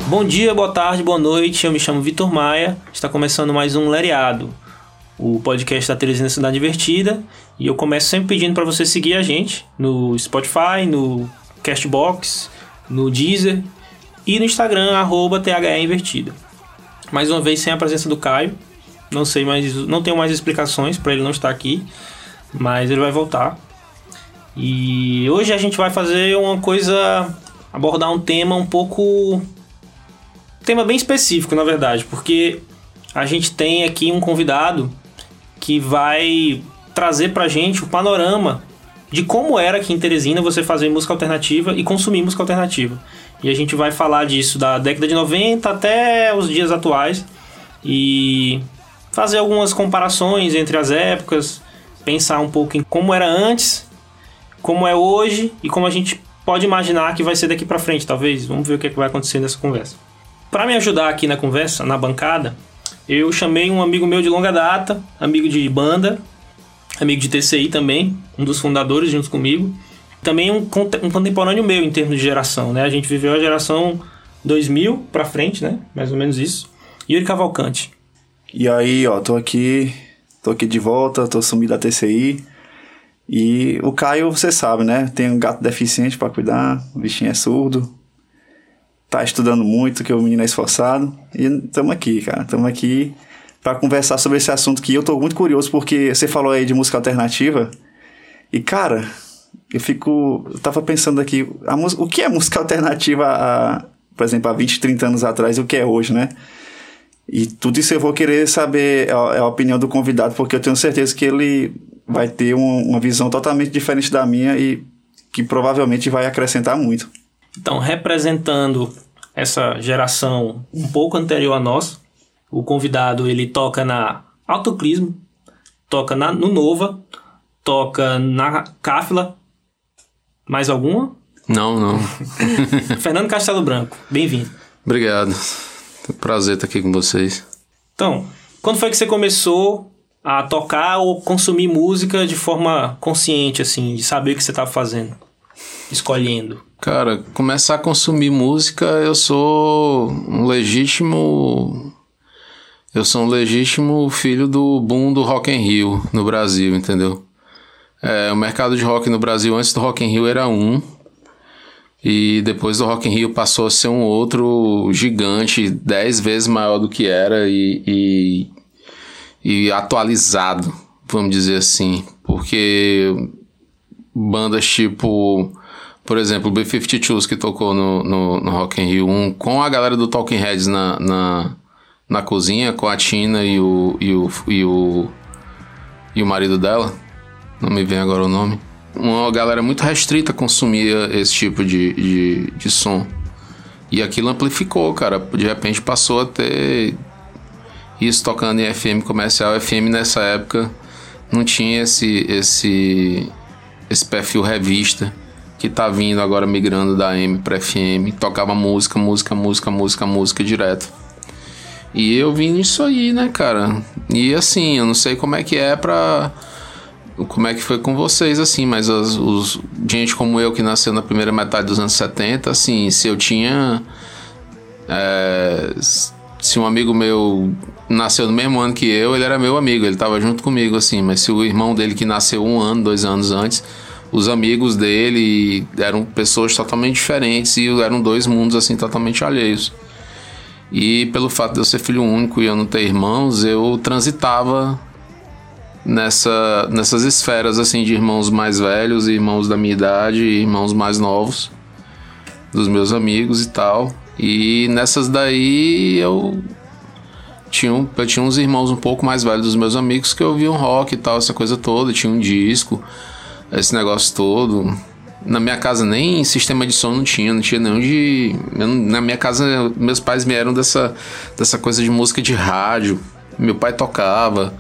Bom dia, boa tarde, boa noite, eu me chamo Vitor Maia, está começando mais um Lereado, o podcast da Teresina Cidade Divertida, e eu começo sempre pedindo para você seguir a gente no Spotify, no Castbox, no Deezer e no Instagram, @THEinvertida. Mais uma vez sem a presença do Caio, não tenho mais explicações para ele não estar aqui, mas ele vai voltar. E hoje a gente vai fazer abordar um tema tema bem específico, na verdade, porque a gente tem aqui um convidado que vai trazer pra gente o panorama de como era aqui em Teresina você fazer música alternativa e consumir música alternativa. E a gente vai falar disso da década de 90 até os dias atuais e fazer algumas comparações entre as épocas, pensar um pouco em como era antes, como é hoje e como a gente pode imaginar que vai ser daqui pra frente, talvez. Vamos ver o que vai acontecer nessa conversa. Para me ajudar aqui na conversa, na bancada, eu chamei um amigo meu de longa data, amigo de banda, amigo de TCI também, um dos fundadores junto comigo. Também um contemporâneo meu em termos de geração, né? A gente viveu a geração 2000 pra frente, né? Mais ou menos isso. Yuri Cavalcante. E aí, tô aqui de volta, tô sumido da TCI. E o Caio, você sabe, né? Tem um gato deficiente pra cuidar, o bichinho é surdo. Tá estudando muito, que o menino é esforçado. E estamos aqui, cara. Estamos aqui para conversar sobre esse assunto que eu tô muito curioso, porque você falou aí de música alternativa. E, cara, eu tava pensando aqui, o que é música alternativa, por exemplo, há 20, 30 anos atrás e o que é hoje, né? E tudo isso eu vou querer saber a opinião do convidado, porque eu tenho certeza que ele vai ter uma visão totalmente diferente da minha e que provavelmente vai acrescentar muito. Então, representando essa geração um pouco anterior a nós, o convidado ele toca na Autoclismo, toca no Nova, toca na Cáfila. Mais alguma? Não. Fernando Castelo Branco, bem-vindo. Obrigado. Prazer estar aqui com vocês. Então, quando foi que você começou a tocar ou consumir música de forma consciente, assim, de saber o que você estava fazendo, escolhendo? Cara, começar a consumir música, eu sou um legítimo filho do boom do Rock in Rio no Brasil, entendeu? O mercado de rock no Brasil antes do Rock in Rio era e depois do Rock in Rio passou a ser um outro gigante, 10 vezes maior do que era e atualizado, vamos dizer assim, porque bandas tipo, por exemplo, o B-52s que tocou no Rock in Rio 1 com a galera do Talking Heads na cozinha, com a Tina e o marido dela, não me vem agora o nome. Uma galera muito restrita consumia esse tipo de som. E aquilo amplificou, cara. De repente passou a ter isso tocando em FM comercial. FM nessa época não tinha esse perfil revista que tá vindo agora, migrando da AM pra FM. Tocava música direto. E eu vim nisso aí, né, cara? E assim, eu não sei como é que foi com vocês, assim, mas gente como eu que nasceu na primeira metade dos anos 70, assim, se um amigo meu nasceu no mesmo ano que eu, ele era meu amigo, ele tava junto comigo, assim, mas se o irmão dele que nasceu 1 ano, 2 anos antes, os amigos dele eram pessoas totalmente diferentes e eram 2 mundos, assim, totalmente alheios. E pelo fato de eu ser filho único e eu não ter irmãos, eu transitava nessas esferas, assim, de irmãos mais velhos, irmãos da minha idade, irmãos mais novos dos meus amigos e tal. E nessas daí eu tinha uns irmãos um pouco mais velhos dos meus amigos que ouviam rock e tal, essa coisa toda, tinha um disco, esse negócio todo. Na minha casa nem sistema de som não tinha nenhum na minha casa meus pais vieram dessa coisa de música de rádio, meu pai tocava.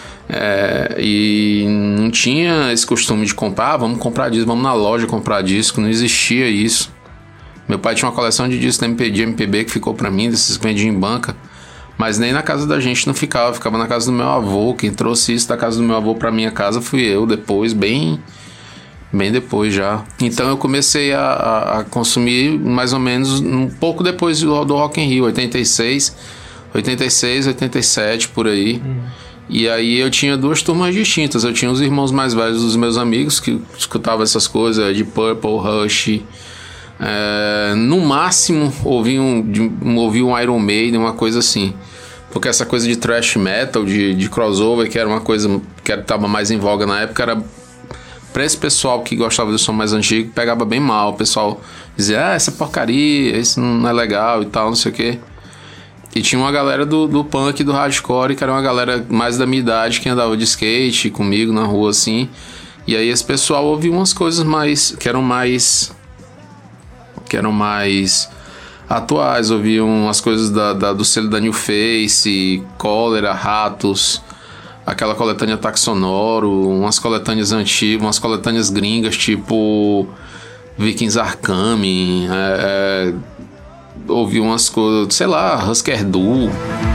E não tinha esse costume de comprar, vamos comprar disco, vamos na loja comprar disco, não existia isso. Meu pai tinha uma coleção de discos de MPB que ficou pra mim, desses que vendiam em banca, mas nem na casa da gente não ficava na casa do meu avô. Quem trouxe isso da casa do meu avô pra minha casa fui eu, depois, bem bem depois já. Então eu comecei a consumir mais ou menos um pouco depois do Rock in Rio, 86, 87, por aí. E aí eu tinha duas turmas distintas. Eu tinha os irmãos mais velhos dos meus amigos que escutavam essas coisas de Purple, Rush. No máximo ouvi um Iron Maiden, uma coisa assim. Porque essa coisa de thrash metal, de crossover, que era uma coisa que estava mais em voga na época, era pra esse pessoal que gostava do som mais antigo, pegava bem mal. O pessoal dizia, essa porcaria, isso não é legal e tal, não sei o quê. E tinha uma galera do punk e do hardcore, que era uma galera mais da minha idade, que andava de skate comigo na rua, assim. E aí esse pessoal ouvia umas coisas que eram mais atuais, ouviam as coisas do selo da New Face, Cólera, Ratos, aquela coletânea Taxonoro, umas coletâneas antigas, umas coletâneas gringas, tipo Vikings Arcami, ouvi umas coisas, sei lá, Husker Du.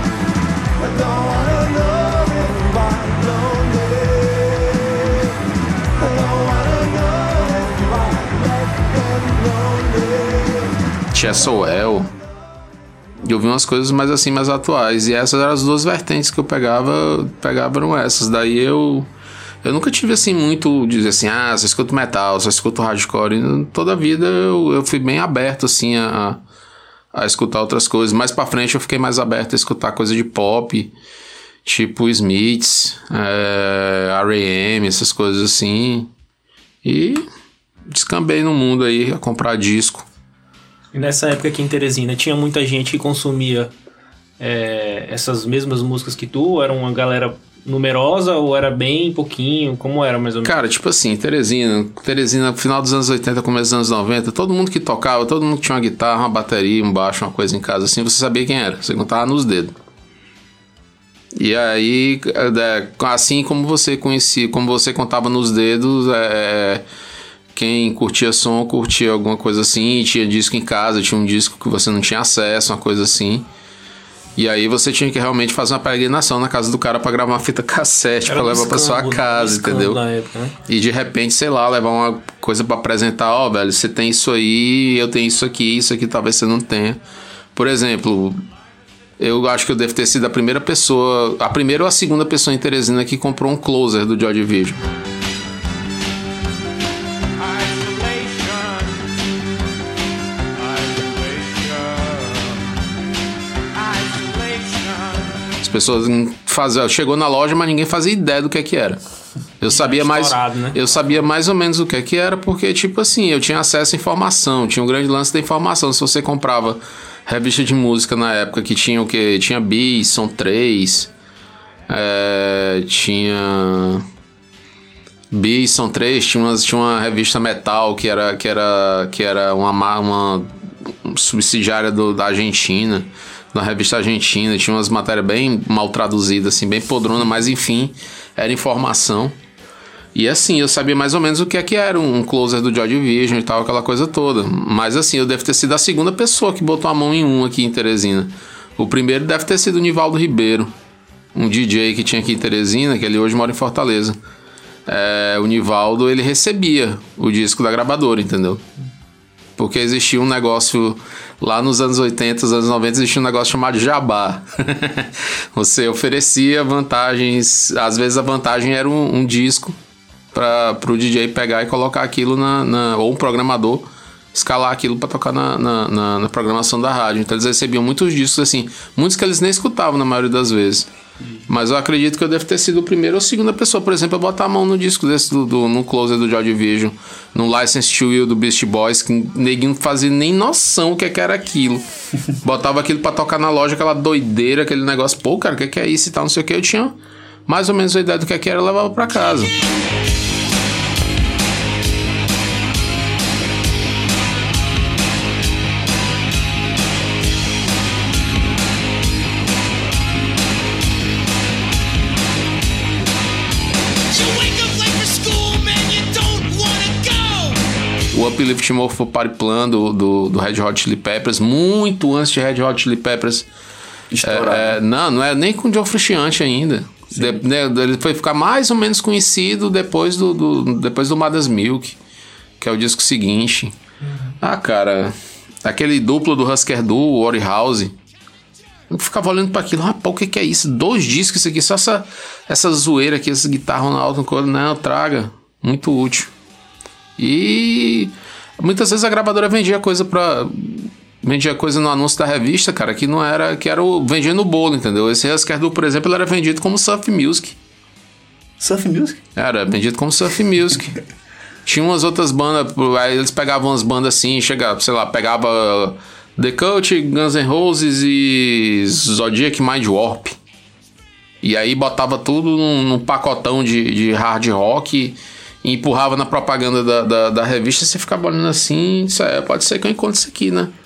Chesowell. E ouvi umas coisas mais assim, mais atuais. E essas eram as duas vertentes que eu pegava eram essas. Daí eu nunca tive assim muito dizer assim, só escuto metal, só escuto hardcore. E toda a vida eu fui bem aberto assim a escutar outras coisas. Mais pra frente eu fiquei mais aberto a escutar coisa de pop, tipo Smiths, R.E.M., essas coisas assim. E descambei no mundo aí a comprar disco. E nessa época aqui em Teresina, tinha muita gente que consumia essas mesmas músicas que tu? Era uma galera numerosa ou era bem pouquinho? Como era mais ou menos? Cara, tipo assim, Teresina, final dos anos 80, começo dos anos 90, todo mundo que tocava, todo mundo que tinha uma guitarra, uma bateria, um baixo, uma coisa em casa, assim, você sabia quem era, você contava nos dedos. E aí, assim como você conhecia, como você contava nos dedos, quem curtia som, curtia alguma coisa assim, tinha disco em casa, tinha um disco que você não tinha acesso, uma coisa assim. E aí você tinha que realmente fazer uma peregrinação na casa do cara pra gravar uma fita cassete, pra levar pra sua casa, entendeu? Na época, né? E de repente, sei lá, levar uma coisa pra apresentar, velho, você tem isso aí, eu tenho isso aqui talvez você não tenha. Por exemplo, eu acho que eu devo ter sido a primeira ou a segunda pessoa em Teresina que comprou um Closer do Joy Division. Pessoas chegou na loja, mas ninguém fazia ideia do que era. Eu sabia mais ou menos o que era, porque tipo assim, eu tinha acesso à informação, tinha um grande lance da informação. Se você comprava revista de música na época que tinha o quê? Tinha Bis, Som 3, tinha Bis, Som 3, tinha uma revista Metal que era uma subsidiária da Argentina, na revista argentina, tinha umas matérias bem mal traduzidas, assim, bem podrona, mas enfim, era informação. E assim, eu sabia mais ou menos o que era um Closer do Joy Division e tal, aquela coisa toda. Mas assim, eu devo ter sido a segunda pessoa que botou a mão em um aqui em Teresina. O primeiro deve ter sido o Nivaldo Ribeiro, um DJ que tinha aqui em Teresina, que ele hoje mora em Fortaleza. O Nivaldo, ele recebia o disco da gravadora, entendeu? Porque existia um negócio lá nos anos 80, nos anos 90, existia um negócio chamado jabá. Você oferecia vantagens, às vezes a vantagem era um disco para o DJ pegar e colocar aquilo ou um programador escalar aquilo para tocar na programação da rádio. Então eles recebiam muitos discos assim, muitos que eles nem escutavam na maioria das vezes. Mas eu acredito que eu devo ter sido o primeiro ou a segunda pessoa, por exemplo, a botar a mão no disco desse no Closer do Joy Division, no License to Ill do Beastie Boys, que ninguém fazia nem noção o que era aquilo. Botava aquilo pra tocar na loja, aquela doideira, aquele negócio, pô, cara, o que é isso e tal, não sei o que. Eu tinha mais ou menos a ideia do que era e levava pra casa. O Uplift More for Party Plan do Red Hot Chili Peppers, muito antes de Red Hot Chili Peppers estourar. Não é nem com John Frusciante ainda. Ele foi ficar mais ou menos conhecido depois do Mother's Milk. que é o disco seguinte. Ah, cara, aquele duplo do Husker Du, o Ori House. Eu ficava olhando pra aquilo, rapaz, o que é isso? 2 discos isso aqui, só essa zoeira aqui, essa guitarra na alta, não, traga. Muito útil. E muitas vezes a gravadora vendia coisa no anúncio da revista, cara, que não era, vendia no bolo, entendeu? Esse Husker Du, por exemplo, ele era vendido como Surf Music. Surf Music? Era vendido como Surf Music. Tinha umas outras bandas, aí eles pegavam umas bandas assim, pegava The Cult, Guns N' Roses e Zodiac Mind Warp. E aí botava tudo num pacotão de hard rock e empurrava na propaganda da revista. Você ficava olhando assim, pode ser que eu encontre isso aqui, né?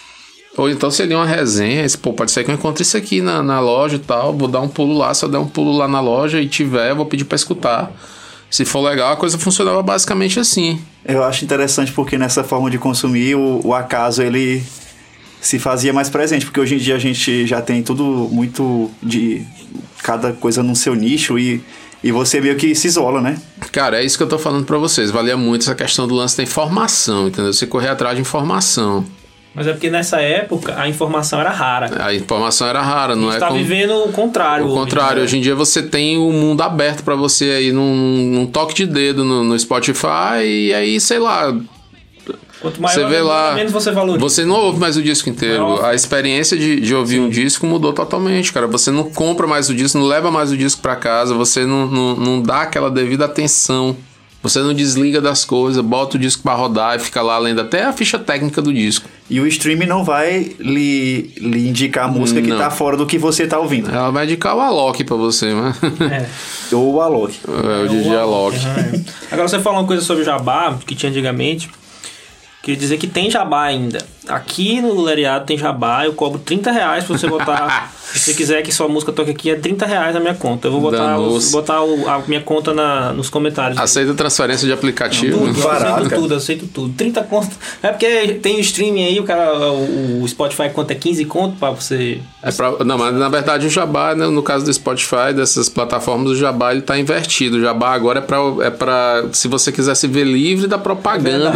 Ou então seria uma resenha, pode ser que eu encontre isso aqui na loja e tal, vou dar um pulo lá, se eu der um pulo lá na loja e tiver, eu vou pedir pra escutar. Se for legal, a coisa funcionava basicamente assim. Eu acho interessante porque nessa forma de consumir, o acaso, ele se fazia mais presente, porque hoje em dia a gente já tem tudo muito de cada coisa no seu nicho e você meio que se isola, né? Cara, é isso que eu tô falando pra vocês, valia muito essa questão do lance da informação, entendeu? Você correr atrás de informação. Mas é porque nessa época a informação era rara. A informação era rara, não é? A gente tá vivendo o contrário. O contrário, hoje em dia você tem o mundo aberto pra você aí num toque de dedo no Spotify e aí, sei lá. Quanto maior, você vê lá, menos você valoriza. Você não ouve mais o disco inteiro. A experiência de ouvir um disco mudou totalmente, cara. Você não compra mais o disco, não leva mais o disco pra casa, você não dá aquela devida atenção. Você não desliga das coisas, bota o disco pra rodar e fica lá lendo até a ficha técnica do disco. E o streaming não vai lhe indicar a música que tá fora do que você tá ouvindo. Ela vai indicar o Alok pra você, né? Ou o Alok. O DJ Alok. Agora você falou uma coisa sobre o jabá, que tinha antigamente. Queria dizer que tem jabá ainda. Aqui no Lariado tem jabá, eu cobro R$30 pra você botar. Se você quiser que sua música toque aqui, é R$30 na minha conta. Eu vou botar a minha conta nos comentários. Aceita transferência de aplicativo? Eu aceito tudo. 30 contas. É porque tem o streaming aí, o Spotify conta 15 conto pra você. Não, mas na verdade o jabá, né, no caso do Spotify, dessas plataformas, o jabá ele tá invertido. O jabá agora é pra se você quiser se ver livre da propaganda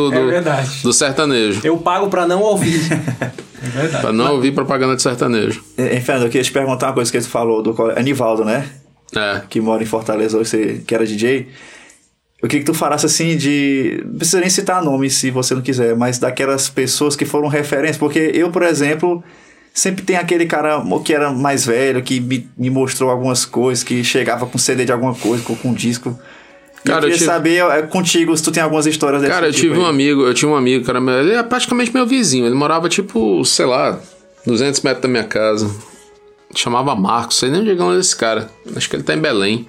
do sertanejo. Eu pago pra não ouvir. É verdade. Pra não ouvir propaganda de sertanejo. Fernando, eu queria te perguntar uma coisa que tu falou do Anivaldo, né? Que mora em Fortaleza, que era DJ. Eu queria que tu falasse assim não precisa nem citar nome se você não quiser, mas daquelas pessoas que foram referências. Porque eu, por exemplo, sempre tem aquele cara que era mais velho, que me mostrou algumas coisas, que chegava com CD de alguma coisa, com um disco. Cara, eu queria saber contigo se tu tem algumas histórias desse Cara, eu tinha um amigo, cara, ele é praticamente meu vizinho. Ele morava, tipo, sei lá, 200 metros da minha casa. Chamava Marcos, sei nem onde é esse cara. Acho que ele tá em Belém.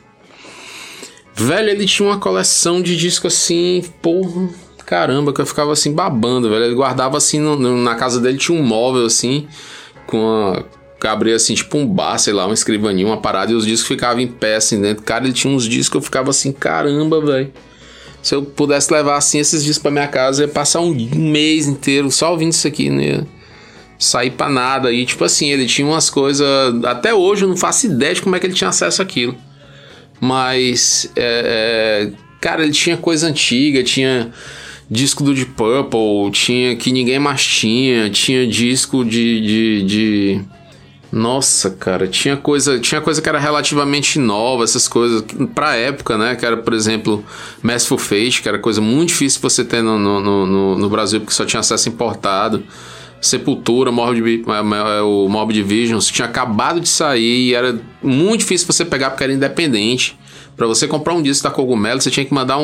Velho, ele tinha uma coleção de discos assim, porra, caramba, que eu ficava assim babando, velho. Ele guardava assim, na casa dele tinha um móvel assim, abria assim, tipo um bar, sei lá, uma escrivaninha, uma parada, e os discos ficavam em pé assim dentro. Cara, ele tinha uns discos que eu ficava assim, caramba, velho. Se eu pudesse levar assim esses discos pra minha casa, eu ia passar um mês inteiro só ouvindo isso aqui, não ia sair pra nada. E tipo assim, ele tinha umas coisas, até hoje eu não faço ideia de como é que ele tinha acesso àquilo. Mas, cara, ele tinha coisa antiga, tinha disco do Deep Purple, tinha que ninguém mais tinha disco de Nossa, cara, tinha coisa que era relativamente nova, essas coisas pra época, né? Que era, por exemplo, Mercyful Fate, que era coisa muito difícil você ter no Brasil, porque só tinha acesso importado. Sepultura, o Morbid Visions, tinha acabado de sair e era muito difícil você pegar porque era independente. Pra você comprar um disco da Cogumelo, você tinha que mandar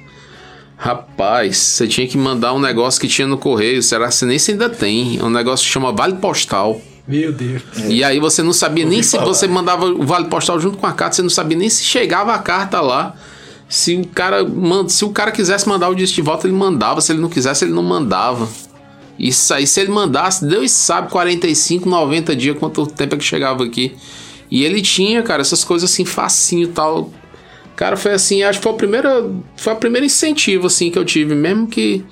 você tinha que mandar um negócio que tinha no correio, nem se ainda tem, um negócio que chama Vale Postal. Meu Deus. E aí você não sabia nem se você mandava o Vale Postal junto com a carta, você não sabia nem se chegava a carta lá. Se o cara quisesse mandar o disco de volta, ele mandava. Se ele não quisesse, ele não mandava. Isso aí, se ele mandasse, Deus sabe, 45, 90 dias, quanto tempo é que chegava aqui. E ele tinha, cara, essas coisas assim, facinho e tal. Cara, foi assim, acho que foi o primeiro incentivo, assim, que eu tive, mesmo que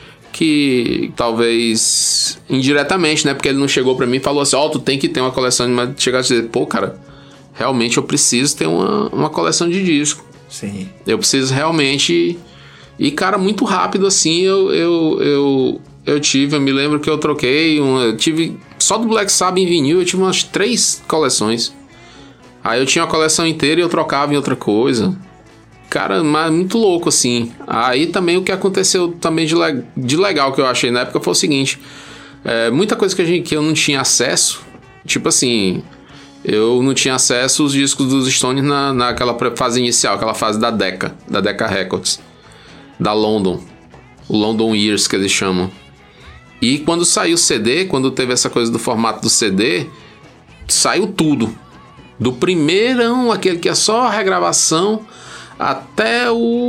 talvez indiretamente, né? Porque ele não chegou pra mim e falou assim, tu tem que ter uma coleção, mas chegasse a dizer, pô, cara, realmente eu preciso ter uma coleção de disco. Sim. Eu preciso realmente E, cara, muito rápido, assim, eu me lembro que eu troquei, eu tive, só do Black Sabbath em vinil, eu tive umas 3 coleções. Aí eu tinha a coleção inteira e eu trocava em outra coisa. Cara, mas muito louco, assim. Aí também o que aconteceu também de legal que eu achei na época foi o seguinte. Muita coisa que eu não tinha acesso, tipo assim, eu não tinha acesso aos discos dos Stones naquela fase inicial, aquela fase da Decca Records, da London, o London Years que eles chamam. E quando saiu o CD, quando teve essa coisa do formato do CD, saiu tudo. Do primeirão, aquele que é só a regravação, até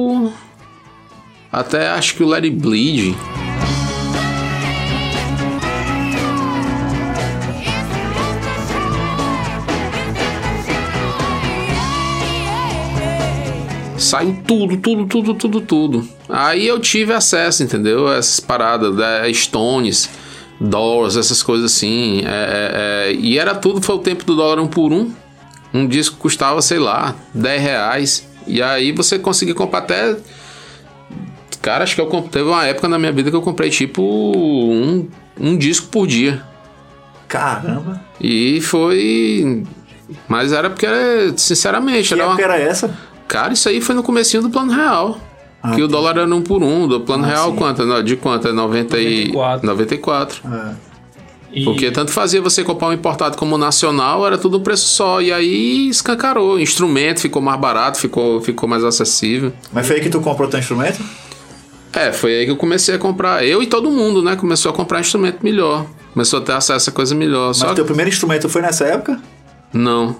acho que o Let It Bleed. Saiu tudo. Aí eu tive acesso, entendeu? Essas paradas, Stones, Doors, essas coisas assim. E era tudo, foi o tempo do dólar 1 por 1. Um disco custava, sei lá, R$10. E aí você conseguia comprar até... Cara, acho que teve uma época na minha vida que eu comprei tipo um disco por dia. Caramba! E foi... Mas era porque, sinceramente... Que época era essa? Cara, isso aí foi no comecinho do Plano Real. Que o dólar era 1 por 1. Do Plano Real, sim. Quanto? De quanto? É 94. Porque tanto fazia você comprar um importado como um nacional, era tudo um preço só. E aí escancarou. Instrumento ficou mais barato, ficou mais acessível. Mas foi aí que tu comprou teu instrumento? Foi aí que eu comecei a comprar. Eu e todo mundo, né? Começou a comprar instrumento melhor. Começou a ter acesso a coisa melhor. Mas o teu primeiro instrumento foi nessa época? Não.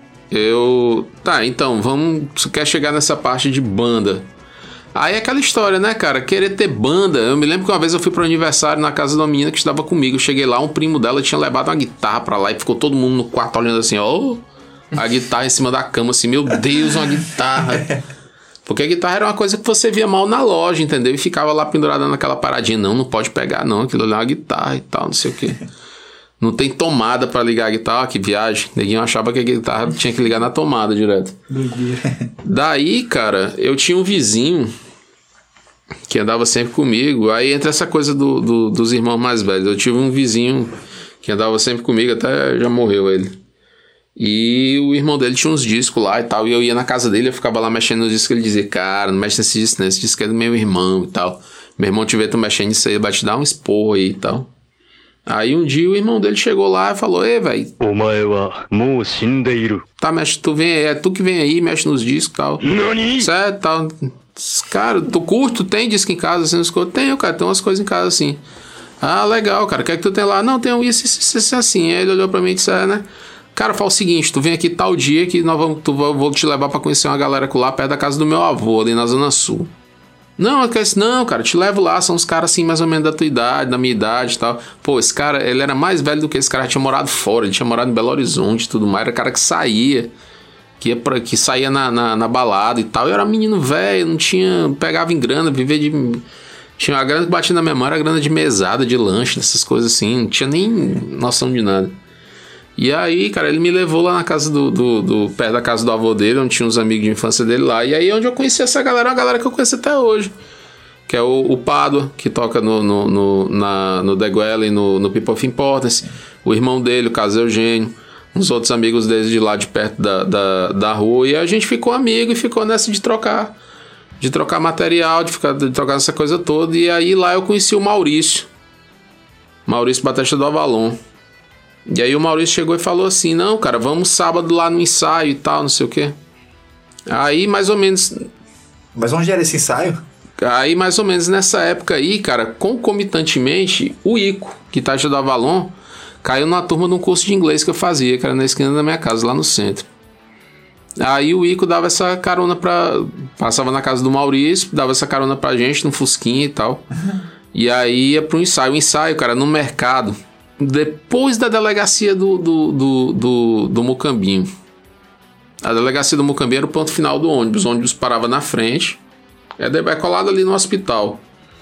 Tá, então, você quer chegar nessa parte de banda. Aí é aquela história, né, cara? Querer ter banda. Eu me lembro que uma vez eu fui pro aniversário na casa de uma menina que estava comigo. Eu cheguei lá, um primo dela tinha levado uma guitarra pra lá e ficou todo mundo no quarto olhando assim, ó. A guitarra em cima da cama, assim, meu Deus, uma guitarra. Porque a guitarra era uma coisa que você via mal na loja, entendeu? E ficava lá pendurada naquela paradinha. Não pode pegar, não. Aquilo ali é uma guitarra e tal, não sei o quê. Não tem tomada pra ligar a guitarra, que viagem. Neguinho achava que a guitarra tinha que ligar na tomada direto. Daí, cara, eu tinha um vizinho que andava sempre comigo. Aí entra essa coisa dos irmãos mais velhos. Eu tive um vizinho que andava sempre comigo, até já morreu ele. E o irmão dele tinha uns discos lá e tal. E eu ia na casa dele, eu ficava lá mexendo nos discos. Ele dizia, cara, não mexe nesse disco, né? Esse disco é do meu irmão e tal. Meu irmão te vê tu mexendo nisso aí, vai te dar um esporro aí e tal. Aí um dia o irmão dele chegou lá e falou, ei, velho, tá, mexe, tu vem aí, é tu que vem aí, mexe nos discos e tal. Certo, tal. Cara, tu curte, tu tem disco em casa, assim, tenho, cara, tem umas coisas em casa assim. Ah, legal, cara, o que é que tu tem lá? Não, tenho isso, assim. Aí ele olhou pra mim e disse, né? Cara, fala o seguinte, tu vem aqui tal dia que vou te levar pra conhecer uma galera lá perto da casa do meu avô, ali na Zona Sul. Não, cara, te levo lá, são uns caras assim, mais ou menos da tua idade, da minha idade e tal. Pô, esse cara, ele era mais velho do que esse cara, tinha morado fora, ele tinha morado em Belo Horizonte e tudo mais, era cara que saía, que saía na balada e tal. Eu era menino velho, não tinha, pegava em grana, vivia de... Tinha uma grana que batia na minha mão, era grana de mesada, de lanche, dessas coisas assim, não tinha nem noção de nada. E aí, cara, ele me levou lá na casa perto da casa do avô dele, onde tinha uns amigos de infância dele lá. E aí onde eu conheci essa galera, uma galera que eu conheço até hoje. Que é o Pádua, que toca no The Gwellen, no People of Importance. O irmão dele, o Caso Eugênio. Uns outros amigos deles de lá de perto da rua. E a gente ficou amigo e ficou nessa de trocar material, de trocar essa coisa toda. E aí lá eu conheci o Maurício. Maurício Batista do Avalon. E aí o Maurício chegou e falou assim, não, cara, vamos sábado lá no ensaio e tal, não sei o quê. Aí mais ou menos... Mas onde era esse ensaio? Aí mais ou menos nessa época aí, cara, concomitantemente, o Ico, guitarrista do Avalon, caiu na turma de um curso de inglês que eu fazia, que era na esquina da minha casa, lá no centro. Aí o Ico dava essa carona passava na casa do Maurício, dava essa carona pra gente, no Fusquinha e tal. E aí ia pro ensaio. O ensaio, cara, no mercado... Depois da delegacia do Mucambinho. A delegacia do Mucambinho era o ponto final do ônibus. O ônibus parava na frente. É colado ali no hospital.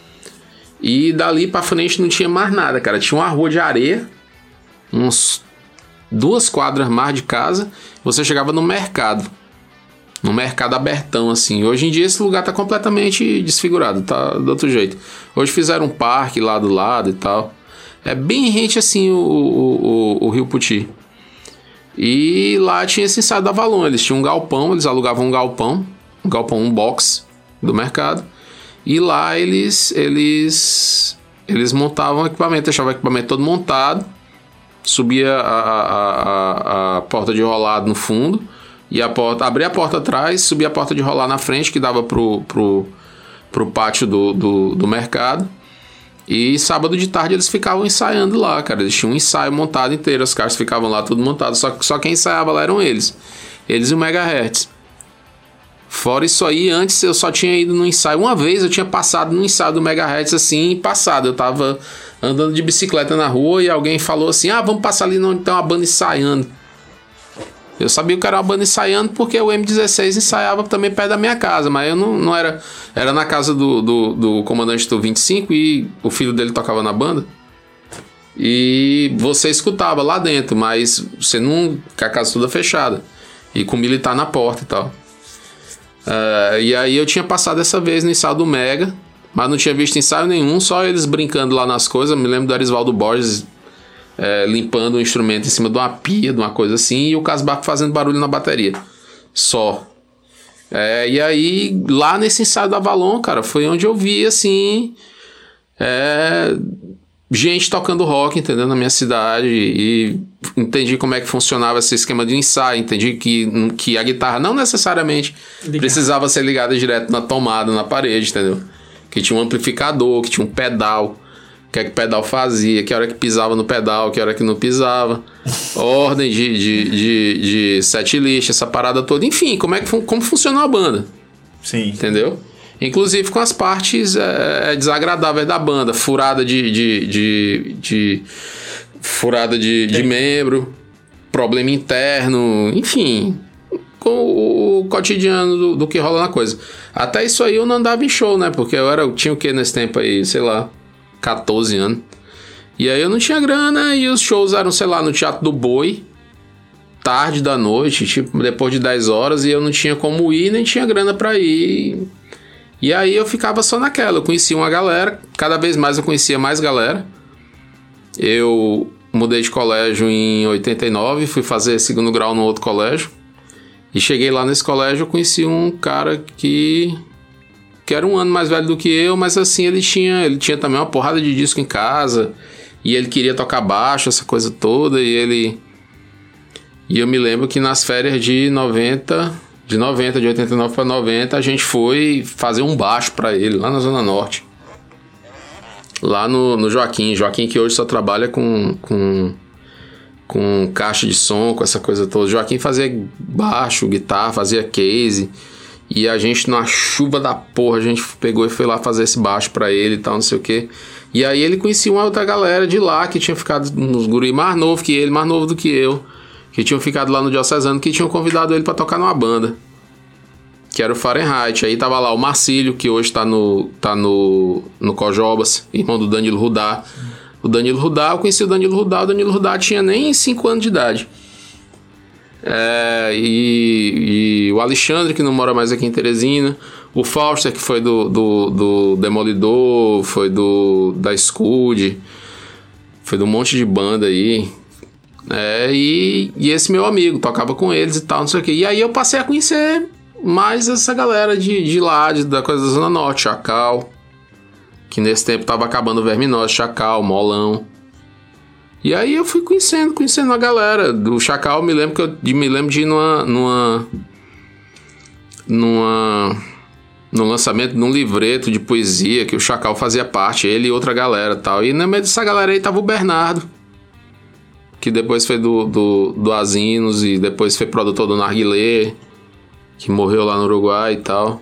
E dali pra frente não tinha mais nada, cara. Tinha uma rua de areia. Uns 2 quadras mais de casa. Você chegava no mercado. num mercado abertão, assim. Hoje em dia esse lugar tá completamente desfigurado, tá do outro jeito. Hoje fizeram um parque lá do lado e tal. É bem rente, assim, o Rio Puti. E lá tinha esse ensaio da Avalon. Eles tinham um galpão, eles alugavam um galpão, um box do mercado. E lá eles montavam o equipamento, deixavam o equipamento todo montado, subia a porta de rolado no fundo, e abria a porta atrás, subia a porta de rolar na frente, que dava pro pátio do mercado. E sábado de tarde eles ficavam ensaiando lá, cara. Eles tinham um ensaio montado inteiro, as caixas ficavam lá tudo montado, só quem ensaiava lá eram eles e o Megahertz. Fora isso aí, antes eu só tinha ido no ensaio. Uma vez eu tinha passado no ensaio do Megahertz assim, eu tava andando de bicicleta na rua e alguém falou assim: vamos passar ali onde tem uma banda ensaiando. Eu sabia que era uma banda ensaiando porque o M16 ensaiava também perto da minha casa, mas eu não era... Era na casa do comandante do 25 e o filho dele tocava na banda. E você escutava lá dentro, mas você não... com a casa toda fechada. E com o militar na porta e tal. E aí eu tinha passado essa vez no ensaio do Mega, mas não tinha visto ensaio nenhum, só eles brincando lá nas coisas. Me lembro do Arisvaldo Borges limpando o instrumento em cima de uma pia, de uma coisa assim, e o Casbaco fazendo barulho na bateria. Só. E aí, lá nesse ensaio da Avalon, cara, foi onde eu vi, assim, gente tocando rock, entendeu? Na minha cidade, e entendi como é que funcionava esse esquema de ensaio, entendi que a guitarra não necessariamente precisava ser ligada direto na tomada, na parede, entendeu? Que tinha um amplificador, que tinha um pedal, que é que o pedal fazia, que hora que pisava no pedal, que hora que não pisava, ordem de setlist, essa parada toda, enfim, como funcionou a banda. Sim. Entendeu? Inclusive com as partes desagradáveis da banda, furada furada de membro, problema interno, enfim, com o cotidiano do que rola na coisa. Até isso aí eu não andava em show, né? Porque eu tinha o que nesse tempo aí, sei lá, 14 anos. E aí eu não tinha grana e os shows eram, sei lá, no Teatro do Boi, tarde da noite, tipo, depois de 10 horas, e eu não tinha como ir, nem tinha grana pra ir. E aí eu ficava só naquela. Eu conhecia uma galera, cada vez mais eu conhecia mais galera. Eu mudei de colégio em 89, fui fazer segundo grau no outro colégio. E cheguei lá nesse colégio, eu conheci um cara que era um ano mais velho do que eu, mas assim, ele tinha também uma porrada de disco em casa, e ele queria tocar baixo, essa coisa toda, e eu me lembro que nas férias de 89 para 90, a gente foi fazer um baixo para ele, lá na Zona Norte. Lá no Joaquim que hoje só trabalha com caixa de som, com essa coisa toda. Joaquim fazia baixo, guitarra, fazia case. E a gente, numa chuva da porra, a gente pegou e foi lá fazer esse baixo pra ele e tal, não sei o que. E aí ele conhecia uma outra galera de lá, que tinha ficado nos guri mais novo que ele, mais novo do que eu, que tinham ficado lá no Diocesano, que tinham convidado ele pra tocar numa banda, que era o Fahrenheit. Aí tava lá o Marcílio, que hoje tá no Cojobas, irmão do Danilo Rudá. O Danilo Rudá, eu conheci o Danilo Rudá tinha nem 5 anos de idade. E o Alexandre, que não mora mais aqui em Teresina, o Fauster, que foi do Demolidor, foi da Scud, foi de um monte de banda aí, e esse meu amigo, tocava com eles e tal, não sei o que. E aí eu passei a conhecer mais essa galera de lá, da coisa da Zona Norte, Chacal, que nesse tempo tava acabando o Verminose, Chacal, Molão. E aí eu fui conhecendo a galera do Chacal. Me lembro de ir no lançamento de um livreto de poesia que o Chacal fazia parte, ele e outra galera e tal. E no meio dessa galera aí tava o Bernardo, que depois foi do Azinos e depois foi produtor do Narguilé, que morreu lá no Uruguai e tal.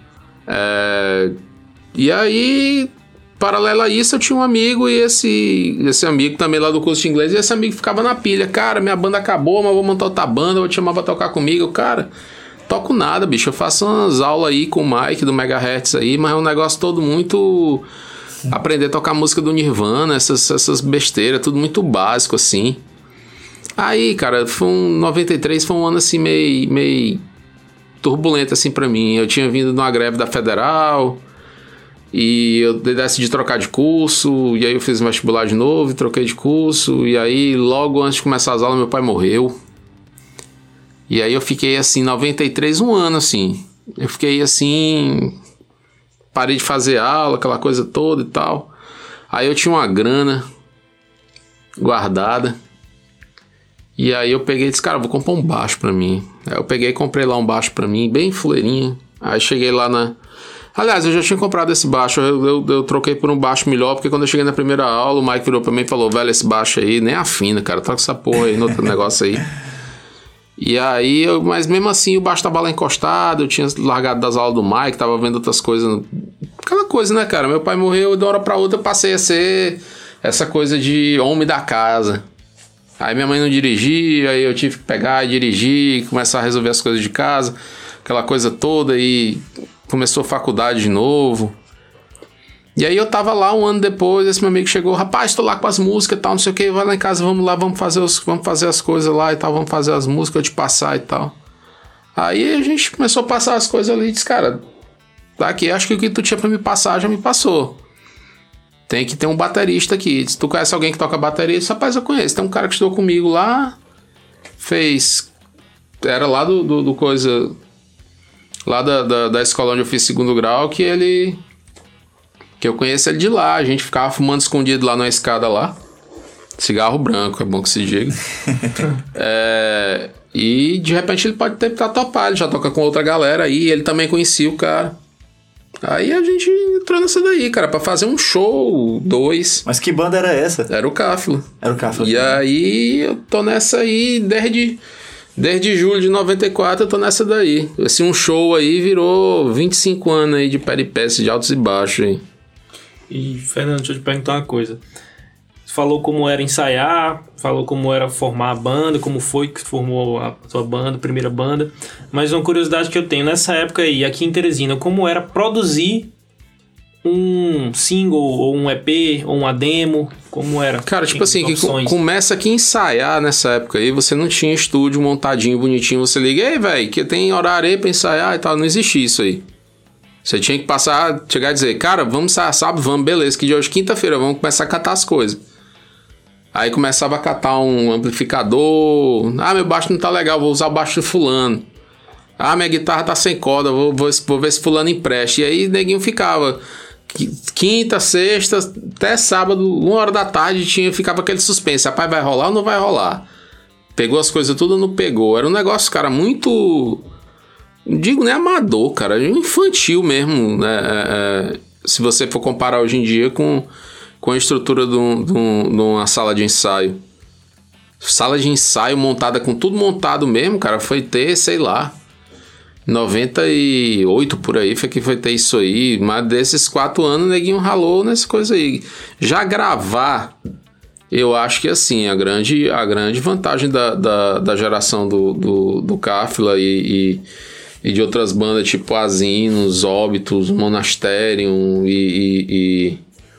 E aí, paralelo a isso, eu tinha um amigo, e esse amigo também lá do curso de inglês, e esse amigo ficava na pilha: cara, minha banda acabou, mas vou montar outra banda, vou te chamar pra tocar comigo. Cara, toco nada, bicho, eu faço umas aulas aí com o Mike do Megahertz aí, mas é um negócio todo muito... aprender a tocar música do Nirvana, essas besteiras, tudo muito básico assim. Aí, cara, 93 foi um ano assim meio turbulenta assim pra mim. Eu tinha vindo de uma greve da Federal e eu decidi trocar de curso, e aí eu fiz vestibular de novo e troquei de curso, e aí logo antes de começar as aulas meu pai morreu. E aí eu fiquei assim, 93, um ano assim. Eu fiquei assim, parei de fazer aula, aquela coisa toda e tal. Aí eu tinha uma grana guardada. E aí eu peguei e disse, cara, vou comprar um baixo pra mim. Aí eu peguei e comprei lá um baixo pra mim, bem fuleirinho. Aí cheguei lá na... Aliás, eu já tinha comprado esse baixo, eu troquei por um baixo melhor, porque quando eu cheguei na primeira aula, o Mike virou pra mim e falou, velho, esse baixo aí nem afina, cara, troca essa porra aí no outro negócio aí. E aí, mas mesmo assim o baixo tava lá encostado, eu tinha largado das aulas do Mike, tava vendo outras coisas. Aquela coisa, né, cara? Meu pai morreu e de uma hora pra outra eu passei a ser essa coisa de homem da casa. Aí minha mãe não dirigia, aí eu tive que pegar e dirigir, começar a resolver as coisas de casa, aquela coisa toda, e começou a faculdade de novo. E aí eu tava lá um ano depois, esse meu amigo chegou, rapaz, tô lá com as músicas e tal, não sei o que, vai lá em casa, vamos lá, vamos fazer as coisas lá e tal, vamos fazer as músicas, eu te passar e tal. Aí a gente começou a passar as coisas ali e disse, cara, tá aqui, acho que o que tu tinha pra me passar já me passou. Tem que ter um baterista aqui. Se tu conhece alguém que toca bateria, disse, rapaz, eu conheço, tem um cara que estudou comigo lá, era lá do coisa, lá da escola onde eu fiz segundo grau, que eu conheço ele de lá, a gente ficava fumando escondido lá na escada lá, cigarro branco, é bom que se diga. E de repente ele pode ter que topar, ele já toca com outra galera aí, ele também conhecia o cara. Aí a gente entrou nessa daí, cara, pra fazer um show, 2. Mas que banda era essa? Era o Cáfila. Era o Cáfila. E aí eu tô nessa aí desde julho de 94, eu tô nessa daí. Esse um show aí virou 25 anos aí de peripécias, de altos e baixos aí. E, Fernando, deixa eu te perguntar uma coisa. Você falou como era ensaiar, falou como era formar a banda, como foi que formou a sua banda, primeira banda. Mas uma curiosidade que eu tenho, nessa época aí, aqui em Teresina, como era produzir um single, ou um EP, ou uma demo, como era? Cara, tipo assim, que começa aqui a ensaiar nessa época aí, você não tinha estúdio montadinho, bonitinho, você liga, ei, velho, que tem horário aí pra ensaiar e tal, não existia isso aí. Você tinha que chegar e dizer, cara, vamos ensaiar sábado, vamos, beleza, que de hoje, quinta-feira, vamos começar a catar as coisas. Aí começava a catar um amplificador, meu baixo não tá legal, vou usar o baixo de fulano. Minha guitarra tá sem corda, vou ver se fulano empresta. E aí neguinho ficava quinta, sexta, até sábado, 1h da tarde, ficava aquele suspense, rapaz, vai rolar ou não vai rolar? Pegou as coisas tudo ou não pegou? Era um negócio, cara, muito... Não digo nem amador, cara, infantil mesmo, né? Se você for comparar hoje em dia com a estrutura de uma sala de ensaio. Sala de ensaio montada com tudo montado mesmo, cara, foi ter, sei lá, 98 por aí, foi ter isso aí. Mas desses 4 anos, o neguinho ralou nessa coisa aí. Já gravar, eu acho que assim, a grande vantagem da geração do Cáfila e de outras bandas tipo Asinos, Óbitos, Monasterium e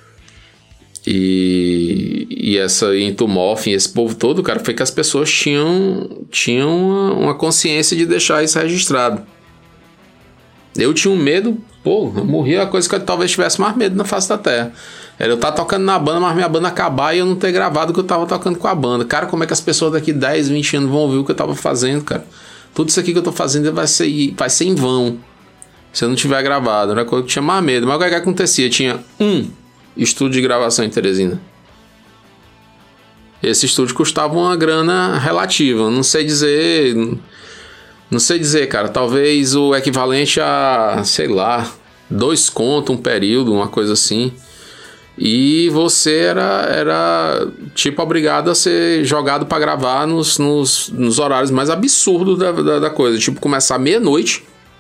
essa Entomorphin, esse povo todo, cara, foi que as pessoas tinham uma consciência de deixar isso registrado. Eu tinha um medo, eu morria a coisa que eu talvez tivesse mais medo na face da terra. Era eu estar tocando na banda, mas minha banda acabar e eu não ter gravado o que eu tava tocando com a banda. Cara, como é que as pessoas daqui 10, 20 anos vão ouvir o que eu tava fazendo, cara? Tudo isso aqui que eu tô fazendo vai ser em vão, se eu não tiver gravado. Era coisa que eu tinha mais medo. Mas o que acontecia? Tinha um estúdio de gravação em Teresina. Esse estúdio custava uma grana relativa. Não sei dizer, cara. Talvez o equivalente a, sei lá, 2 contos um período, uma coisa assim. E você era tipo obrigado a ser jogado para gravar nos horários mais absurdos da coisa. Tipo, começar meia-noite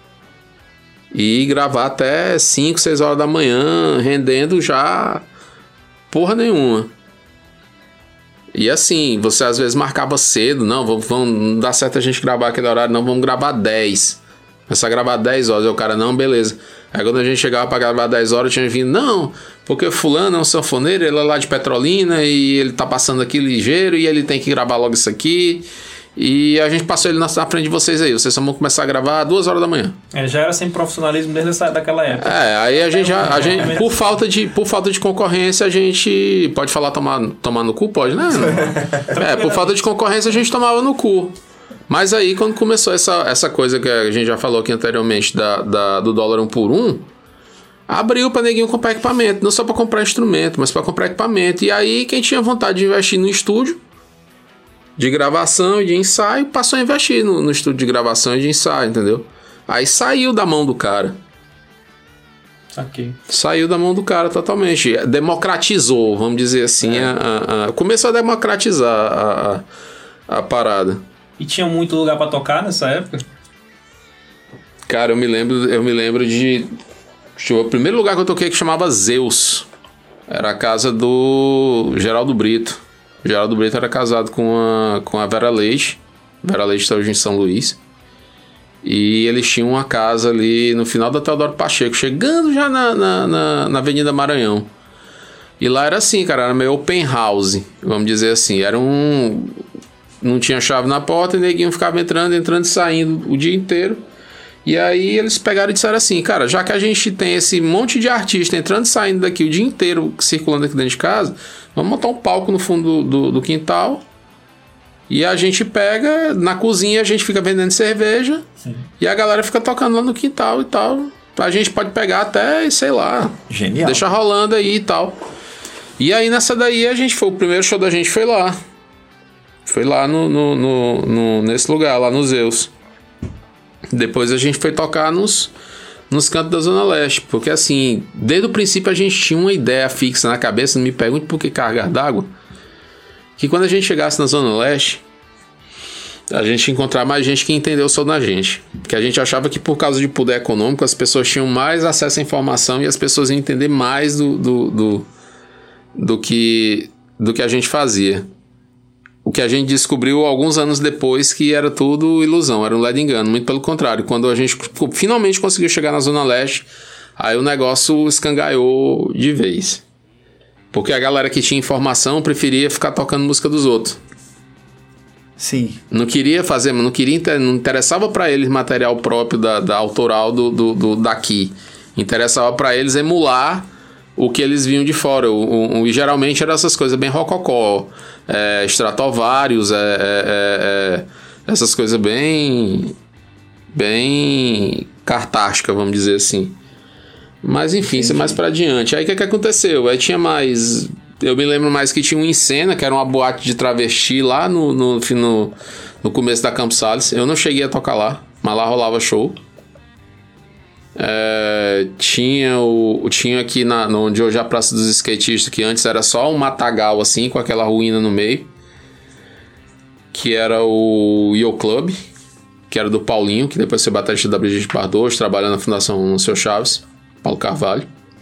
e gravar até 5, 6 horas da manhã, rendendo já porra nenhuma. E assim, você às vezes marcava cedo, não dá certo a gente gravar aquele horário, não, vamos gravar 10. Começar a gravar 10 horas, aí o cara, não, beleza. Aí quando a gente chegava pra gravar 10 horas, tinha vindo, não, porque fulano é um sanfoneiro, ele é lá de Petrolina e ele tá passando aqui ligeiro e ele tem que gravar logo isso aqui. E a gente passou ele na frente de vocês aí. Vocês só vão começar a gravar às 2 horas da manhã. Já era sem profissionalismo desde daquela época. Aí a gente por falta de concorrência, a gente pode falar tomar no cu? Pode, né? Por falta de concorrência, a gente tomava no cu. Mas aí, quando começou essa coisa que a gente já falou aqui anteriormente do dólar 1 por 1, abriu pra neguinho comprar equipamento. Não só pra comprar instrumento, mas pra comprar equipamento. E aí, quem tinha vontade de investir no estúdio de gravação e de ensaio, passou a investir no estúdio de gravação e de ensaio, entendeu? Aí saiu da mão do cara. Saquei. Saiu da mão do cara totalmente. Democratizou, vamos dizer assim. Começou a democratizar a parada. E tinha muito lugar pra tocar nessa época? Cara, eu me lembro de... O primeiro lugar que eu toquei que chamava Zeus. Era a casa do Geraldo Brito. O Geraldo Brito era casado com a Vera Leite. Vera Leite está hoje em São Luís. E eles tinham uma casa ali no final da Teodoro Pacheco, chegando já na Avenida Maranhão. E lá era assim, cara, era meio open house, vamos dizer assim. Não tinha chave na porta e o neguinho ficava entrando e saindo o dia inteiro. E aí eles pegaram e disseram assim, cara, já que a gente tem esse monte de artista entrando e saindo daqui o dia inteiro, circulando aqui dentro de casa, vamos montar um palco no fundo do quintal. E a gente pega, na cozinha a gente fica vendendo cerveja. Sim. E a galera fica tocando lá no quintal e tal. A gente pode pegar até, sei lá. Genial. Deixa rolando aí e tal. E aí nessa daí o primeiro show da gente foi lá. Foi lá nesse lugar, lá no Zeus. Depois a gente foi tocar nos cantos da Zona Leste. Porque assim, desde o princípio a gente tinha uma ideia fixa na cabeça. Não me pergunte por que carregar d'água. Que quando a gente chegasse na Zona Leste, a gente ia encontrar mais gente que entendeu o som da gente. Porque a gente achava que por causa de poder econômico as pessoas tinham mais acesso à informação e as pessoas iam entender mais do que a gente fazia. O que a gente descobriu alguns anos depois que era tudo ilusão, era um ledo engano. Muito pelo contrário, quando a gente finalmente conseguiu chegar na Zona Leste, aí o negócio escangaiou de vez. Porque a galera que tinha informação preferia ficar tocando música dos outros. Sim. Não queria fazer, não interessava pra eles material próprio da autoral daqui. Interessava pra eles emular o que eles vinham de fora. E geralmente eram essas coisas bem rococó, Stratovarius, essas coisas bem cartásticas, vamos dizer assim. Mas enfim, isso é mais pra adiante. Aí o que aconteceu? Aí tinha mais... Eu me lembro mais que tinha um Encena, que era uma boate de travesti lá no começo da Campos Sales. Eu não cheguei a tocar lá, mas lá rolava show. Tinha aqui onde hoje é a Praça dos Skatistas, que antes era só um matagal assim, com aquela ruína no meio, que era o Yo Club, que era do Paulinho, que depois foi baterista da Brigitte Bardot, trabalha na Fundação Seu Chaves, Paulo Carvalho.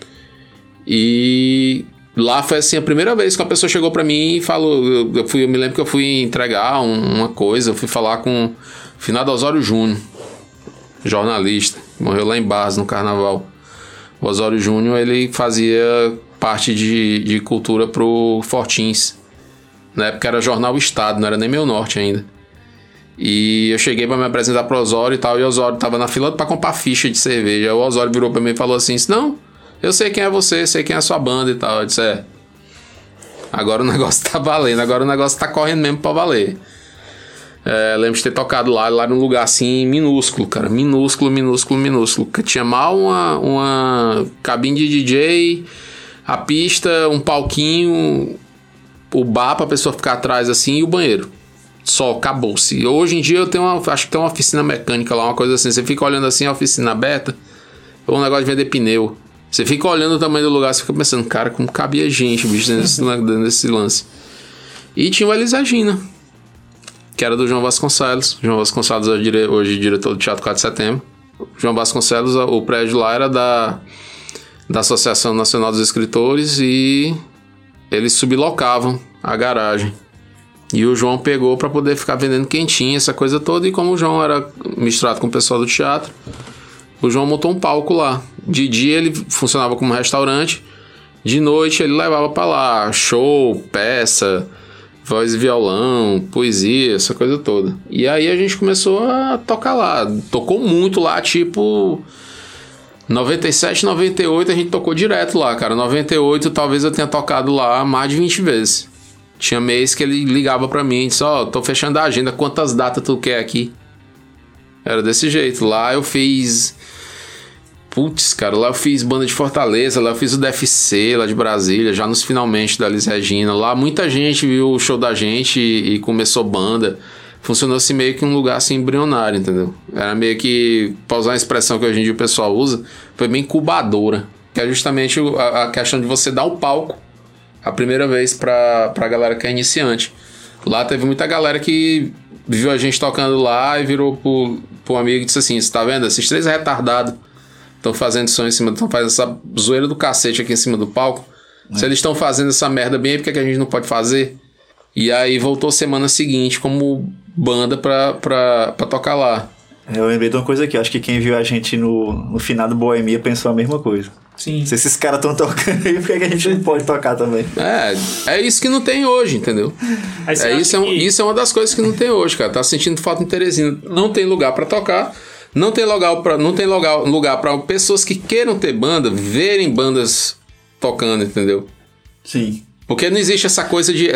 E lá foi assim a primeira vez que uma pessoa chegou pra mim e falou, eu me lembro que eu fui entregar uma coisa, eu fui falar com o finado Osório Júnior, jornalista, morreu lá em Barras no Carnaval. O Osório Júnior, ele fazia parte de cultura pro Fortins. Na época era Jornal Estado, não era nem Meu Norte ainda. E eu cheguei pra me apresentar pro Osório e tal, e o Osório tava na fila pra comprar ficha de cerveja. Aí o Osório virou pra mim e falou assim, não, eu sei quem é você, sei quem é a sua banda e tal. Eu disse, agora o negócio tá valendo, agora o negócio tá correndo mesmo pra valer. Lembro de ter tocado lá num lugar assim minúsculo, cara, minúsculo, que tinha mal uma cabine de DJ, a pista, um palquinho, o bar pra pessoa ficar atrás assim e o banheiro. Só, acabou-se. Hoje em dia acho que tem uma oficina mecânica lá, uma coisa assim. Você fica olhando assim a oficina aberta, ou um negócio de vender pneu. Você fica olhando o tamanho do lugar, você fica pensando, cara, como cabia gente, bicho, nesse lance. E tinha o Elis Regina, que era do João Vasconcelos. João Vasconcelos é hoje diretor do Teatro 4 de Setembro. João Vasconcelos, o prédio lá era da Associação Nacional dos Escritores e eles sublocavam a garagem. E o João pegou para poder ficar vendendo quentinha, essa coisa toda. E como o João era misturado com o pessoal do teatro, o João montou um palco lá. De dia ele funcionava como restaurante, de noite ele levava para lá show, peça, Voz e violão, poesia, essa coisa toda. E aí a gente começou a tocar lá. Tocou muito lá, tipo... 97, 98 a gente tocou direto lá, cara. 98 talvez eu tenha tocado lá mais de 20 vezes. Tinha mês que ele ligava pra mim e disse, tô fechando a agenda, quantas datas tu quer aqui? Era desse jeito. Lá eu fiz... Putz, cara, lá eu fiz banda de Fortaleza, lá eu fiz o DFC, lá de Brasília, já nos finalmente da Elis Regina. Lá muita gente viu o show da gente e começou banda. Funcionou assim meio que um lugar assim embrionário, entendeu? Era meio que, pra usar uma expressão que hoje em dia o pessoal usa, foi bem incubadora. Que é justamente a questão de você dar o palco a primeira vez pra galera que é iniciante. Lá teve muita galera que viu a gente tocando lá e virou pro amigo e disse assim, você tá vendo? Esses 3 retardados estão fazendo som em cima, estão fazendo essa zoeira do cacete aqui em cima do palco. Se eles estão fazendo essa merda bem, por que a gente não pode fazer? E aí voltou semana seguinte como banda pra tocar lá. Eu lembrei de uma coisa aqui, acho que quem viu a gente no final do Boemia pensou a mesma coisa. Sim. Se esses caras estão tocando aí, por que a gente não pode tocar também? É isso que não tem hoje, entendeu? Isso é uma das coisas que não tem hoje, cara. Tá sentindo falta em Teresina. Não tem lugar pra tocar. Não tem lugar para pessoas que queiram ter banda verem bandas tocando, entendeu? Sim. Porque não existe essa coisa de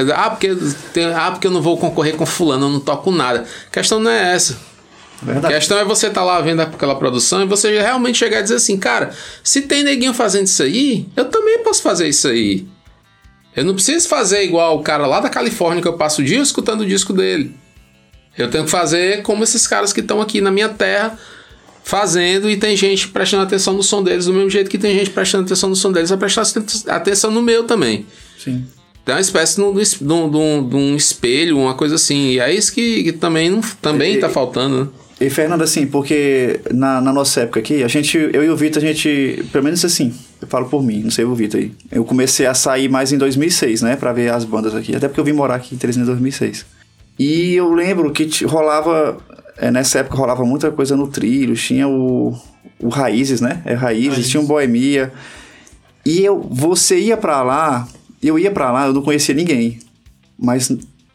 porque eu não vou concorrer com fulano, eu não toco nada. A questão não é essa. Verdade. A questão é você estar lá vendo aquela produção e você realmente chegar e dizer assim, cara, se tem neguinho fazendo isso aí, eu também posso fazer isso aí. Eu não preciso fazer igual o cara lá da Califórnia que eu passo o dia escutando o disco dele. Eu tenho que fazer como esses caras que estão aqui na minha terra fazendo, e tem gente prestando atenção no som deles do mesmo jeito que tem gente prestando atenção no som deles, vai prestar atenção no meu também. Sim. Tem uma espécie de um espelho, uma coisa assim. E é isso que também tá faltando, né? E Fernando, assim, porque na nossa época aqui, eu e o Vitor, pelo menos assim, eu falo por mim, não sei o Vitor aí. Eu comecei a sair mais em 2006, né, pra ver as bandas aqui. Até porque eu vim morar aqui em Teresina em 2006. E eu lembro que rolava, nessa época rolava muita coisa no Trilho, tinha o Raízes, né? Raízes, tinha um Boemia. E você ia pra lá, eu não conhecia ninguém. Mas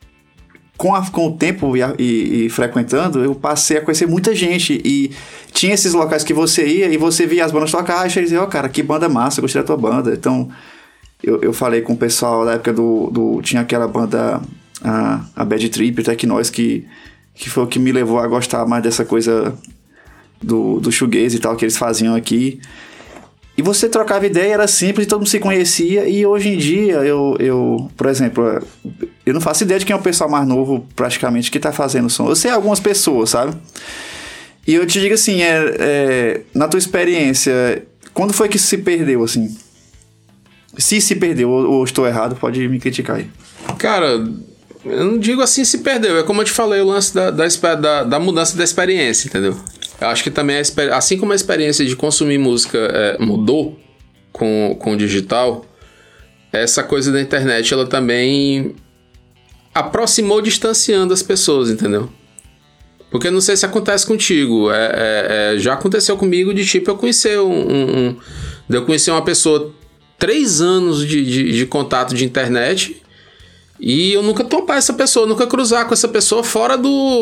com o tempo e frequentando, eu passei a conhecer muita gente. E tinha esses locais que você ia e você via as bandas tocar, e você dizia, cara, que banda massa, gostei da tua banda. Então, eu falei com o pessoal da época tinha aquela banda... A Bad Trip, o Tecnoise, que foi o que me levou a gostar mais dessa coisa do shoegaze e tal, que eles faziam aqui. E você trocava ideia, era simples, todo mundo se conhecia. E hoje em dia, eu por exemplo, eu não faço ideia de quem é o pessoal mais novo, praticamente, que tá fazendo som. Eu sei algumas pessoas, sabe? E eu te digo assim, na tua experiência, quando foi que se perdeu, assim? Se perdeu, ou estou errado, pode me criticar aí. Cara... Eu não digo assim se perdeu, é como eu te falei, o lance da mudança da experiência, entendeu? Eu acho que também, assim como a experiência de consumir música mudou com o digital, essa coisa da internet, ela também aproximou distanciando as pessoas, entendeu? Porque eu não sei se acontece contigo, já aconteceu comigo de tipo, eu conhecer uma pessoa 3 anos de contato de internet... E eu nunca topar essa pessoa, nunca cruzar com essa pessoa fora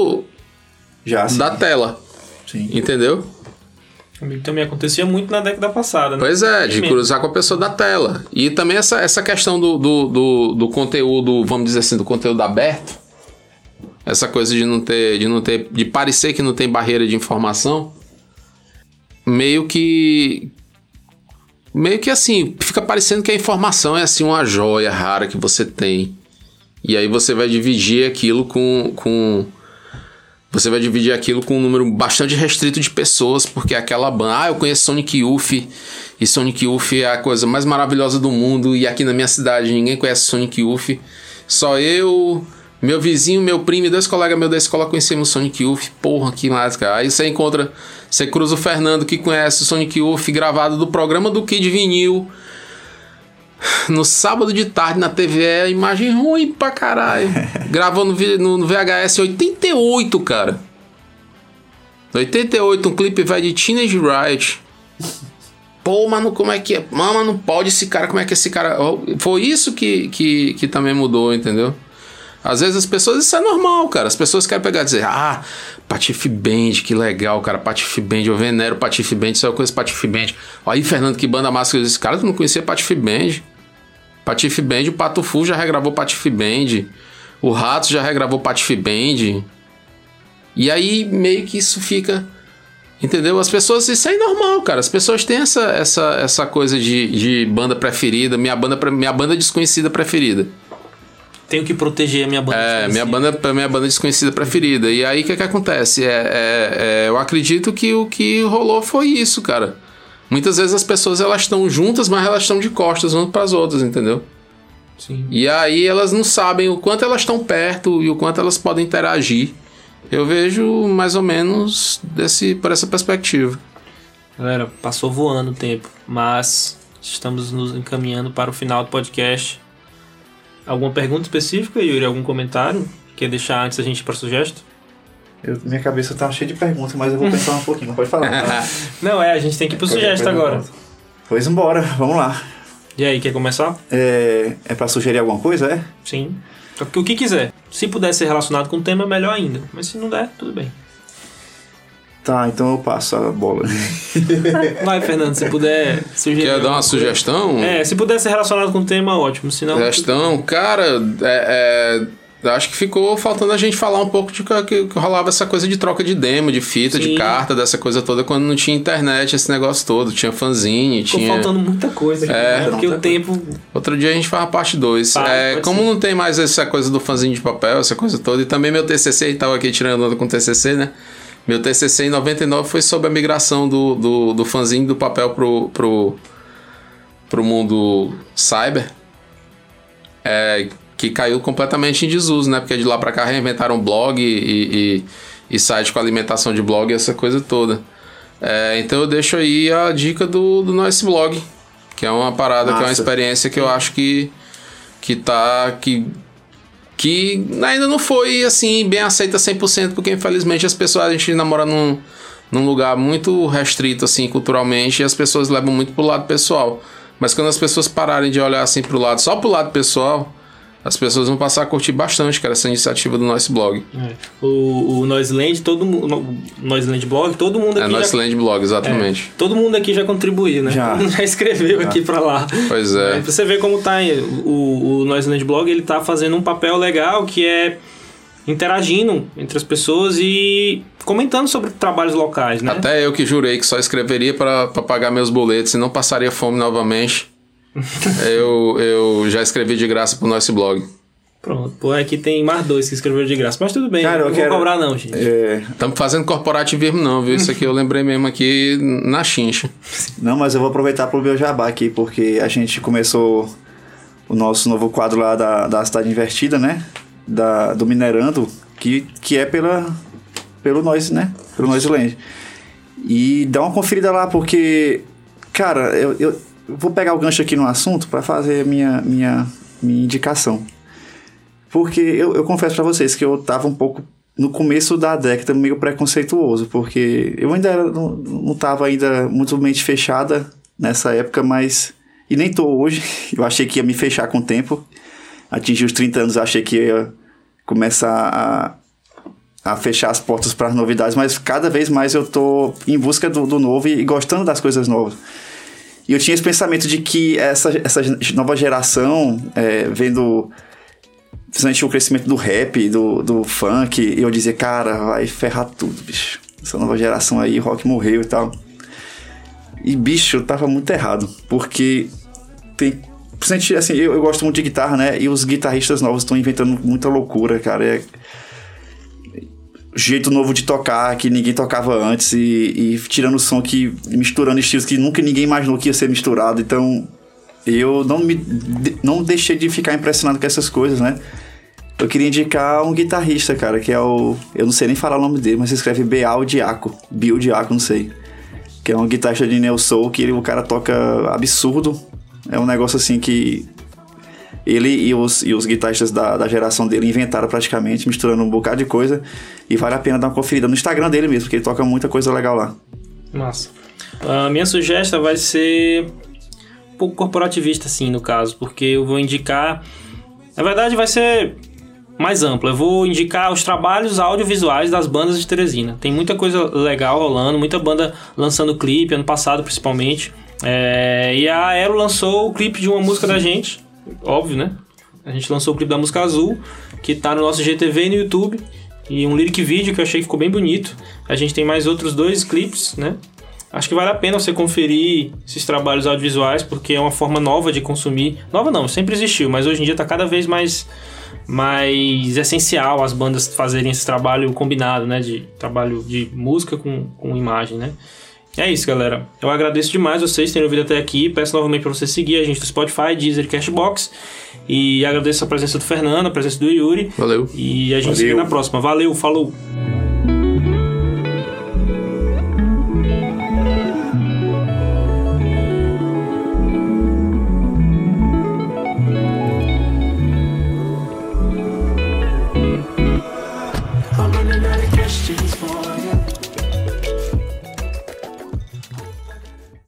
da tela. Sim. Entendeu? Comigo também acontecia muito na década passada, né? Pois é, de cruzar com a pessoa da tela. E também essa questão do conteúdo, vamos dizer assim, do conteúdo aberto. Essa coisa de parecer que não tem barreira de informação. Meio que assim, fica parecendo que a informação é assim uma joia rara que você tem. E aí você vai dividir aquilo você vai dividir aquilo com um número bastante restrito de pessoas, porque aquela banda... eu conheço Sonic Youth, e Sonic Youth é a coisa mais maravilhosa do mundo, e aqui na minha cidade ninguém conhece Sonic Youth. Só eu, meu vizinho, meu primo e 2 colegas meus da escola conhecemos Sonic Youth. Porra, que massa, cara. Aí você cruza o Fernando, que conhece o Sonic Youth, gravado do programa do Kid Vinil... No sábado de tarde na TV, imagem ruim pra caralho. Gravou no VHS 88, cara. 88, um clipe velho de Teenage Riot. Pô, mano, como é que é? Mano, não pode esse cara, como é que esse cara... Foi isso que também mudou, entendeu? Às vezes as pessoas, isso é normal, cara. As pessoas querem pegar e dizer, Patife Band, que legal, cara. Patife Band, eu venero Patife Band, só eu conheço Patife Band. Aí, Fernando, que banda massa. Eu disse, cara, tu não conhecia Patife Band? Patife Band, o Pato Fu já regravou Patife Band. O Ratos já regravou Patife Band. E aí, meio que isso fica... Entendeu? As pessoas... Isso é normal, cara. As pessoas têm essa coisa de banda preferida. Minha banda desconhecida preferida. Tenho que proteger a minha banda desconhecida. Minha banda desconhecida preferida. E aí, o que acontece? Eu acredito que o que rolou foi isso, cara. Muitas vezes as pessoas, elas estão juntas, mas elas estão de costas umas para as outras, entendeu? Sim. E aí, elas não sabem o quanto elas estão perto e o quanto elas podem interagir. Eu vejo mais ou menos por essa perspectiva. Galera, passou voando o tempo, mas estamos nos encaminhando para o final do podcast. Alguma pergunta específica, Yuri? Algum comentário? Quer deixar antes da gente ir para o Sugesto? Minha cabeça tá cheia de perguntas, mas eu vou pensar um pouquinho, não pode falar. Tá? Não, a gente tem que ir pro Sugesto agora. Pois embora, vamos lá. E aí, quer começar? É pra sugerir alguma coisa, é? Sim. O que quiser. Se puder ser relacionado com o tema, melhor ainda. Mas se não der, tudo bem. Tá, então eu passo a bola. Vai, Fernando, se puder sugerir. Quer dar uma sugestão? Se puder ser relacionado com o tema, ótimo. Senão, sugestão, cara, acho que ficou faltando a gente falar um pouco de que rolava essa coisa de troca de demo, de fita, de carta, dessa coisa toda, quando não tinha internet, esse negócio todo. Tinha fanzine, ficou faltando muita coisa aqui, porque o tempo... Outro dia a gente faz a parte 2. Como não tem mais essa coisa do fanzine de papel, essa coisa toda, e também meu TCC, tava aqui tirando onda com o TCC, né? Meu TCC em 99 foi sobre a migração do fanzine do papel pro mundo cyber. Que caiu completamente em desuso, né? Porque de lá pra cá reinventaram blog e site com alimentação de blog e essa coisa toda. Então eu deixo aí a dica do Noise Blog, que é uma parada, que é uma experiência que eu acho que ainda não foi assim bem aceita 100%, porque infelizmente as pessoas, a gente namora num lugar muito restrito assim culturalmente, e as pessoas levam muito pro lado pessoal. Mas quando as pessoas pararem de olhar assim só pro lado pessoal, as pessoas vão passar a curtir bastante, cara, essa iniciativa do Noise Blog. O Noiseland, Noiseland Blog, todo mundo aqui Noiseland Blog, exatamente. Todo mundo aqui já contribuiu, né? Todo mundo já escreveu aqui pra lá. Pois é. Pra você ver como tá o Noiseland Blog, ele tá fazendo um papel legal, que é interagindo entre as pessoas e comentando sobre trabalhos locais, né? Até eu que jurei que só escreveria pra pagar meus boletos e não passaria fome novamente. eu já escrevi de graça pro nosso blog. Pronto, pô, aqui tem mais 2 que escreveram de graça, mas tudo bem, cara, não vou cobrar não, gente. Estamos fazendo corporativismo não, viu? Isso aqui eu lembrei mesmo aqui na chincha. Não, mas eu vou aproveitar pro meu jabá aqui, porque a gente começou o nosso novo quadro lá da Cidade Invertida, né? Do Minerando, que é pelo Noise, né? Pelo Noiseland. E dá uma conferida lá, porque, cara, eu vou pegar o gancho aqui no assunto para fazer minha indicação. Porque eu confesso para vocês que eu tava um pouco no começo da década meio preconceituoso, porque eu ainda não tava ainda muito mente fechada nessa época, mas... E nem tô hoje. Eu achei que ia me fechar com o tempo. Atingi os 30 anos, achei que ia começar a fechar as portas para as novidades, mas cada vez mais eu tô em busca do novo e gostando das coisas novas. E eu tinha esse pensamento de que essa nova geração, vendo principalmente o crescimento do rap, do funk, e eu dizia, cara, vai ferrar tudo, bicho. Essa nova geração aí, o rock morreu e tal. E, bicho, eu tava muito errado, porque principalmente, assim, eu gosto muito de guitarra, né? E os guitarristas novos estão inventando muita loucura, cara. Jeito novo de tocar, que ninguém tocava antes, e tirando som, misturando estilos que nunca ninguém imaginou que ia ser misturado. Então, eu não deixei de ficar impressionado com essas coisas, né? Eu queria indicar um guitarrista, cara, que é eu não sei nem falar o nome dele, mas se escreve Bill Diaco, não sei. Que é um guitarrista de Neo Soul, que o cara toca absurdo. É um negócio assim que ele e os guitarristas da geração dele inventaram praticamente, misturando um bocado de coisa. E vale a pena dar uma conferida no Instagram dele mesmo, porque ele toca muita coisa legal lá. Massa. A minha sugestão vai ser um pouco corporativista, assim, no caso, porque eu vou indicar... Na verdade, vai ser mais ampla. Eu vou indicar os trabalhos audiovisuais das bandas de Teresina. Tem muita coisa legal rolando, muita banda lançando clipe, ano passado principalmente. E a Aero lançou o clipe de uma música da gente, óbvio, né? A gente lançou o clipe da música Azul, que tá no nosso GTV e no YouTube. E um lyric video que eu achei que ficou bem bonito. A gente tem mais outros 2 clipes, né? Acho que vale a pena você conferir esses trabalhos audiovisuais, porque é uma forma nova de consumir. Nova não, sempre existiu, mas hoje em dia está cada vez mais essencial as bandas fazerem esse trabalho combinado, né? De trabalho de música com imagem, né? É isso, galera. Eu agradeço demais vocês terem ouvido até aqui. Peço novamente para você seguir a gente no Spotify, Deezer e Cashbox. E agradeço a presença do Fernando, a presença do Yuri. Valeu. E a gente se vê na próxima. Valeu, falou! I'm running out of questions.